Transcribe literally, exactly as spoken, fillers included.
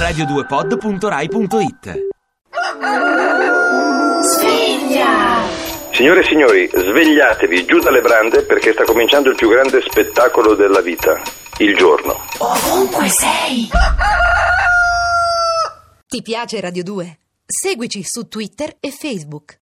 radio due pod punto rai punto it. Sveglia! Signore e signori, svegliatevi giù dalle brande perché sta cominciando il più grande spettacolo della vita, il giorno. Ovunque sei! Ti piace Radio due? Seguici su Twitter e Facebook.